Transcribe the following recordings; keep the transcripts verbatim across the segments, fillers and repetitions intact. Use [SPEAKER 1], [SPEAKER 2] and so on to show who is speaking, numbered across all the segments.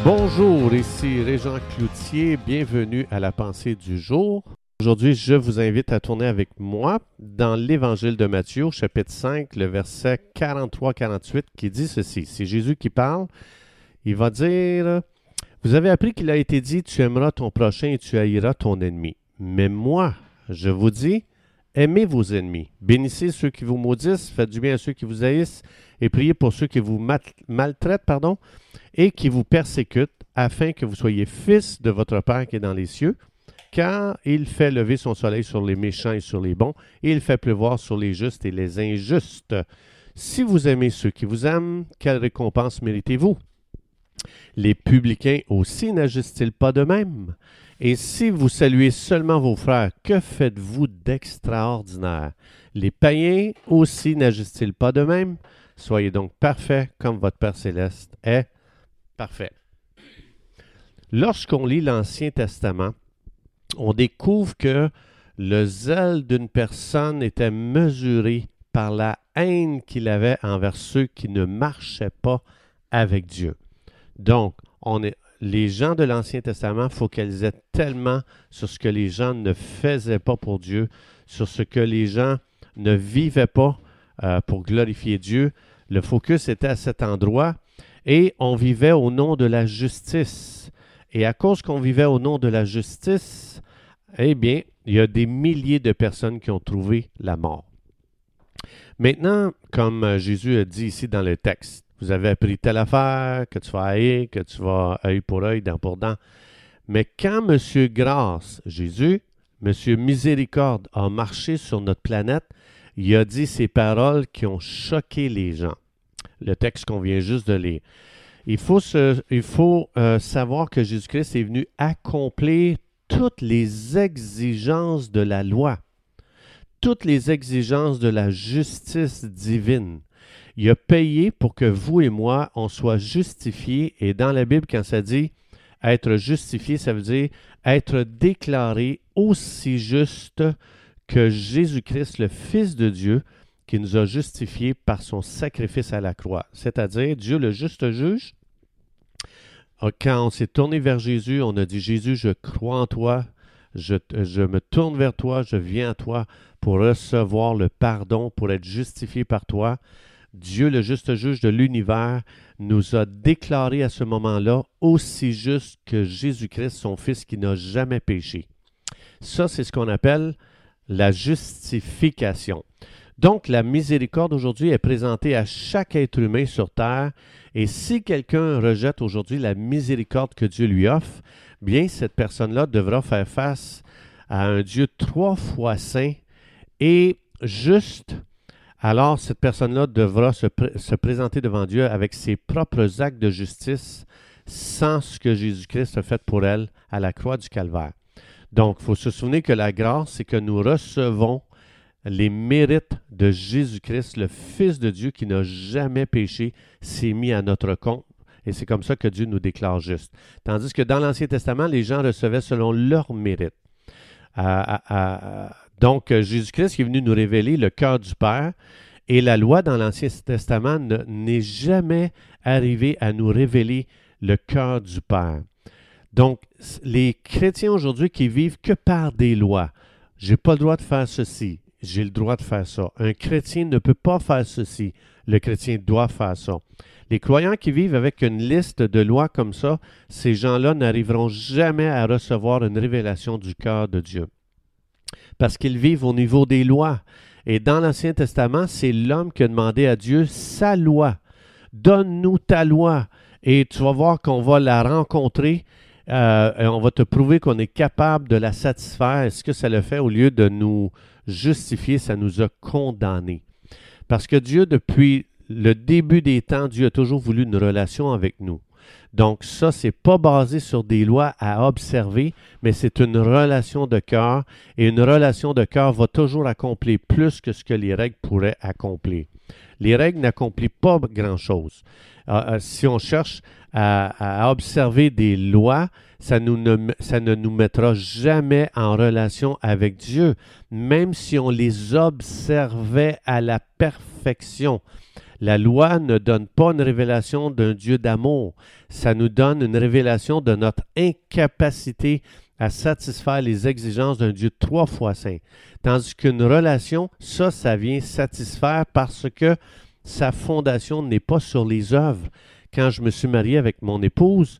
[SPEAKER 1] Bonjour, ici Régent Cloutier, bienvenue à la pensée du jour. Aujourd'hui, je vous invite à tourner avec moi dans l'Évangile de Matthieu, chapitre cinq, le verset quarante-trois quarante-huit, qui dit ceci. C'est Jésus qui parle. Il va dire, « Vous avez appris qu'il a été dit, tu aimeras ton prochain et tu haïras ton ennemi. Mais moi, je vous dis, aimez vos ennemis, bénissez ceux qui vous maudissent, faites du bien à ceux qui vous haïssent et priez pour ceux qui vous mal- maltraitent, pardon, et qui vous persécutent, afin que vous soyez fils de votre Père qui est dans les cieux, car il fait lever son soleil sur les méchants et sur les bons, et il fait pleuvoir sur les justes et les injustes. Si vous aimez ceux qui vous aiment, quelle récompense méritez-vous? Les publicains aussi n'agissent-ils pas de même? Et si vous saluez seulement vos frères, que faites-vous d'extraordinaire? Les païens aussi n'agissent-ils pas de même? Soyez donc parfaits comme votre Père céleste est parfait. Lorsqu'on lit l'Ancien Testament, on découvre que le zèle d'une personne était mesuré par la haine qu'il avait envers ceux qui ne marchaient pas avec Dieu. Donc, on est, les gens de l'Ancien Testament focalisaient tellement sur ce que les gens ne faisaient pas pour Dieu, sur ce que les gens ne vivaient pas euh, pour glorifier Dieu. Le focus était à cet endroit et on vivait au nom de la justice. Et à cause qu'on vivait au nom de la justice, eh bien, il y a des milliers de personnes qui ont trouvé la mort. Maintenant, comme Jésus a dit ici dans le texte, vous avez appris telle affaire, que tu vas haïr, que tu vas œil pour œil, dent pour dent. Mais quand M. Grâce, Jésus, M. Miséricorde a marché sur notre planète, il a dit ces paroles qui ont choqué les gens. Le texte qu'on vient juste de lire. Il faut, se, il faut euh, savoir que Jésus-Christ est venu accomplir toutes les exigences de la loi, toutes les exigences de la justice divine. Il a payé pour que vous et moi, on soit justifiés. Et dans la Bible, quand ça dit être justifié, ça veut dire être déclaré aussi juste que Jésus-Christ, le Fils de Dieu, qui nous a justifiés par son sacrifice à la croix. C'est-à-dire, Dieu le juste juge. Quand on s'est tourné vers Jésus, on a dit, Jésus, je crois en toi, je, je me tourne vers toi, je viens à toi pour recevoir le pardon, pour être justifié par toi. Dieu, le juste juge de l'univers, nous a déclaré à ce moment-là aussi juste que Jésus-Christ, son Fils qui n'a jamais péché. Ça, c'est ce qu'on appelle la justification. Donc, la miséricorde aujourd'hui est présentée à chaque être humain sur terre. Et si quelqu'un rejette aujourd'hui la miséricorde que Dieu lui offre, bien, cette personne-là devra faire face à un Dieu trois fois saint et juste. Alors, cette personne-là devra se, pr- se présenter devant Dieu avec ses propres actes de justice sans ce que Jésus-Christ a fait pour elle à la croix du Calvaire. Donc, il faut se souvenir que la grâce, c'est que nous recevons les mérites de Jésus-Christ, le Fils de Dieu qui n'a jamais péché, s'est mis à notre compte. Et c'est comme ça que Dieu nous déclare juste. Tandis que dans l'Ancien Testament, les gens recevaient selon leur mérite. Euh, euh, donc, Jésus-Christ est venu nous révéler le cœur du Père. Et la loi dans l'Ancien Testament ne, n'est jamais arrivée à nous révéler le cœur du Père. Donc, les chrétiens aujourd'hui qui vivent que par des lois, je n'ai pas le droit de faire ceci, j'ai le droit de faire ça. Un chrétien ne peut pas faire ceci, le chrétien doit faire ça. Les croyants qui vivent avec une liste de lois comme ça, ces gens-là n'arriveront jamais à recevoir une révélation du cœur de Dieu. Parce qu'ils vivent au niveau des lois. Et dans l'Ancien Testament, c'est l'homme qui a demandé à Dieu sa loi. Donne-nous ta loi. Et tu vas voir qu'on va la rencontrer. Euh, et on va te prouver qu'on est capable de la satisfaire. Est-ce que ça le fait au lieu de nous justifier, ça nous a condamnés. Parce que Dieu, depuis le début des temps, Dieu a toujours voulu une relation avec nous. Donc ça, c'est pas basé sur des lois à observer, mais c'est une relation de cœur. Et une relation de cœur va toujours accomplir plus que ce que les règles pourraient accomplir. Les règles n'accomplissent pas grand-chose. Euh, euh, si on cherche à, à observer des lois, ça, nous ne, ça ne nous mettra jamais en relation avec Dieu, même si on les observait à la perfection. La loi ne donne pas une révélation d'un Dieu d'amour. Ça nous donne une révélation de notre incapacité à satisfaire les exigences d'un Dieu trois fois saint. Tandis qu'une relation, ça, ça vient satisfaire parce que sa fondation n'est pas sur les œuvres. Quand je me suis marié avec mon épouse,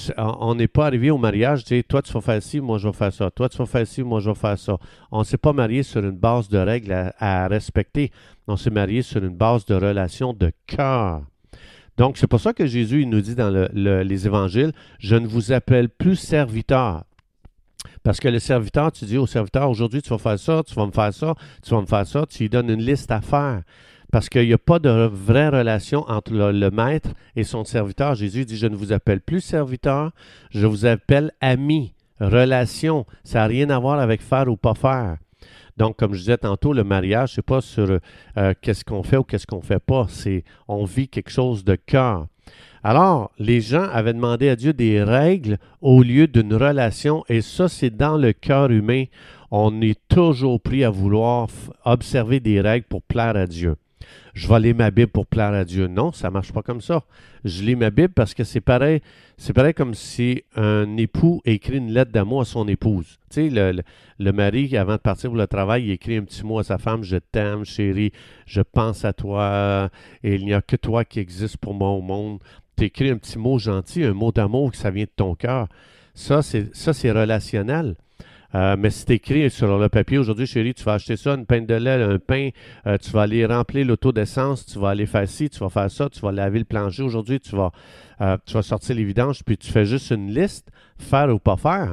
[SPEAKER 1] on n'est pas arrivé au mariage, tu sais, toi tu vas faire ci, moi je vais faire ça, toi tu vas faire ci, moi je vais faire ça. On ne s'est pas marié sur une base de règles à, à respecter, on s'est marié sur une base de relation de cœur. Donc c'est pour ça que Jésus il nous dit dans le, le, les évangiles, je ne vous appelle plus serviteur. Parce que le serviteur, tu dis au serviteur, aujourd'hui tu vas faire ça, tu vas me faire ça, tu vas me faire ça, tu lui donnes une liste à faire. Parce qu'il n'y a pas de vraie relation entre le, le maître et son serviteur. Jésus dit, je ne vous appelle plus serviteur, je vous appelle ami, relation. Ça n'a rien à voir avec faire ou pas faire. Donc, comme je disais tantôt, le mariage, ce n'est pas sur euh, qu'est-ce qu'on fait ou qu'est-ce qu'on ne fait pas. C'est on vit quelque chose de cœur. Alors, les gens avaient demandé à Dieu des règles au lieu d'une relation, et ça, c'est dans le cœur humain. On est toujours pris à vouloir f- observer des règles pour plaire à Dieu. Je vais lire ma Bible pour plaire à Dieu. Non, ça ne marche pas comme ça. Je lis ma Bible parce que c'est pareil, c'est pareil comme si un époux écrit une lettre d'amour à son épouse. Tu sais, le, le, le mari, avant de partir pour le travail, il écrit un petit mot à sa femme, « Je t'aime, chérie, je pense à toi, et il n'y a que toi qui existe pour moi au monde. » Tu écris un petit mot gentil, un mot d'amour, que ça vient de ton cœur. Ça, c'est, ça, c'est relationnel. Euh, mais c'est écrit sur le papier, aujourd'hui, chérie, tu vas acheter ça, une pinte de lait, un pain, euh, tu vas aller remplir l'auto d'essence, tu vas aller faire ci, tu vas faire ça, tu vas laver le plancher. Aujourd'hui, tu vas, euh, tu vas sortir les vidanges, puis tu fais juste une liste, faire ou pas faire.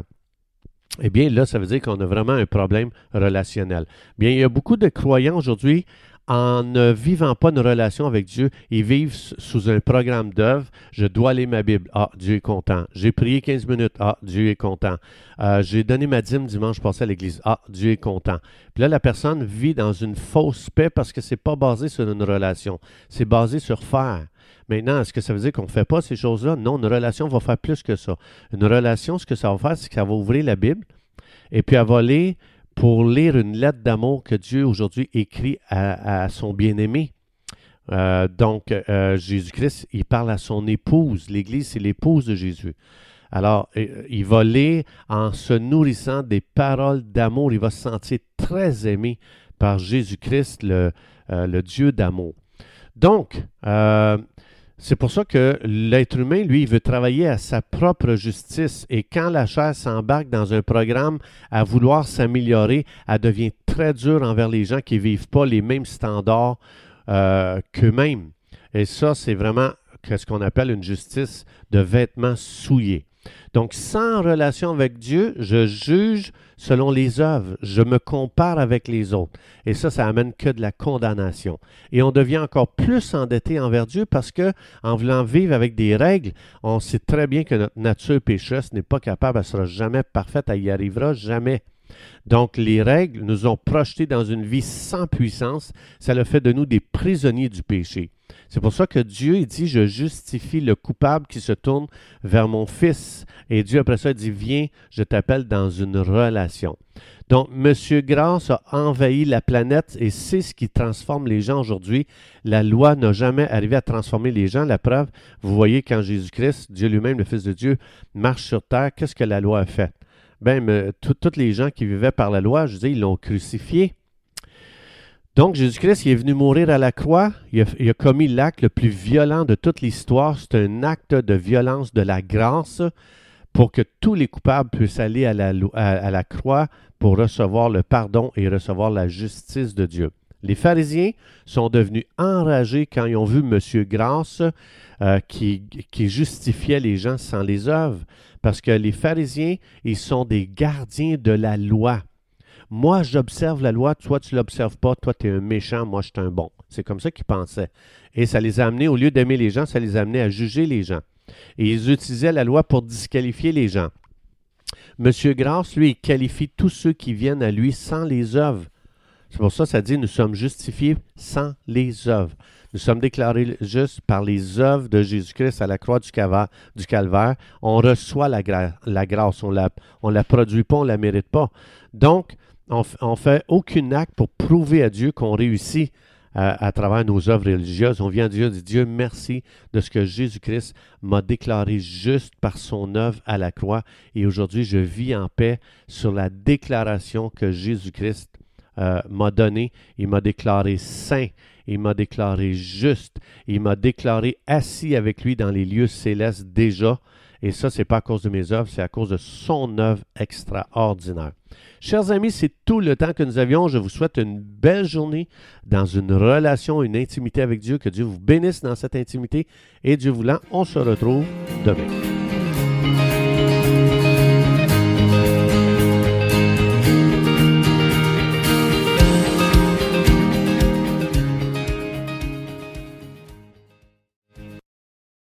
[SPEAKER 1] Eh bien, là, ça veut dire qu'on a vraiment un problème relationnel. Bien, il y a beaucoup de croyants aujourd'hui, en ne vivant pas une relation avec Dieu, ils vivent sous un programme d'œuvre. Je dois lire ma Bible. Ah, Dieu est content. J'ai prié quinze minutes. Ah, Dieu est content. Euh, j'ai donné ma dîme dimanche passé à l'église. Ah, Dieu est content. Puis là, la personne vit dans une fausse paix parce que c'est pas basé sur une relation. C'est basé sur faire. Maintenant, est-ce que ça veut dire qu'on ne fait pas ces choses-là? Non, une relation va faire plus que ça. Une relation, ce que ça va faire, c'est que ça va ouvrir la Bible et puis elle va lire pour lire une lettre d'amour que Dieu aujourd'hui écrit à, à son bien-aimé. Euh, donc, euh, Jésus-Christ, il parle à son épouse. L'Église, c'est l'épouse de Jésus. Alors, il va lire en se nourrissant des paroles d'amour. Il va se sentir très aimé par Jésus-Christ, le, euh, le Dieu d'amour. Donc, euh, c'est pour ça que l'être humain, lui, il veut travailler à sa propre justice. Et quand la chair s'embarque dans un programme à vouloir s'améliorer, elle devient très dure envers les gens qui ne vivent pas les mêmes standards euh, qu'eux-mêmes. Et ça, c'est vraiment ce qu'on appelle une justice de vêtements souillés. Donc, sans relation avec Dieu, je juge selon les œuvres. Je me compare avec les autres. Et ça, ça amène que de la condamnation. Et on devient encore plus endetté envers Dieu parce que, en voulant vivre avec des règles, on sait très bien que notre nature pécheresse n'est pas capable, elle ne sera jamais parfaite, elle n'y arrivera jamais. Donc, les règles nous ont projetés dans une vie sans puissance. Ça le fait de nous des prisonniers du péché. C'est pour ça que Dieu il dit, je justifie le coupable qui se tourne vers mon fils. Et Dieu, après ça, dit, viens, je t'appelle dans une relation. Donc, M. Grâce a envahi la planète et c'est ce qui transforme les gens aujourd'hui. La loi n'a jamais arrivé à transformer les gens. La preuve, vous voyez, quand Jésus-Christ, Dieu lui-même, le Fils de Dieu, marche sur terre, qu'est-ce que la loi a fait? Bien, tous les gens qui vivaient par la loi, je dis, ils l'ont crucifié. Donc, Jésus-Christ il est venu mourir à la croix. Il a, il a commis l'acte le plus violent de toute l'histoire. C'est un acte de violence de la grâce pour que tous les coupables puissent aller à la, à, à la croix pour recevoir le pardon et recevoir la justice de Dieu. Les pharisiens sont devenus enragés quand ils ont vu M. Grâce euh, qui, qui justifiait les gens sans les œuvres. Parce que les pharisiens, ils sont des gardiens de la loi. Moi, j'observe la loi, toi, tu ne l'observes pas, toi, tu es un méchant, moi, je suis un bon. C'est comme ça qu'ils pensaient. Et ça les a amenés, au lieu d'aimer les gens, ça les a amenés à juger les gens. Et ils utilisaient la loi pour disqualifier les gens. M. Grâce, lui, il qualifie tous ceux qui viennent à lui sans les œuvres. C'est pour ça que ça dit, nous sommes justifiés sans les œuvres. Nous sommes déclarés justes par les œuvres de Jésus-Christ à la croix du calvaire. Du calvaire. On reçoit la, gra- la grâce. On la, on la produit pas, on la mérite pas. Donc, on ne fait aucun acte pour prouver à Dieu qu'on réussit à, à travers nos œuvres religieuses. On vient à Dieu et dit, Dieu, merci de ce que Jésus-Christ m'a déclaré juste par son œuvre à la croix. Et aujourd'hui, je vis en paix sur la déclaration que Jésus-Christ euh, m'a donnée. Il m'a déclaré saint. Il m'a déclaré juste. Il m'a déclaré assis avec lui dans les lieux célestes déjà. Et ça, ce n'est pas à cause de mes œuvres, c'est à cause de son œuvre extraordinaire. Chers amis, c'est tout le temps que nous avions. Je vous souhaite une belle journée dans une relation, une intimité avec Dieu. Que Dieu vous bénisse dans cette intimité. Et Dieu voulant, on se retrouve demain.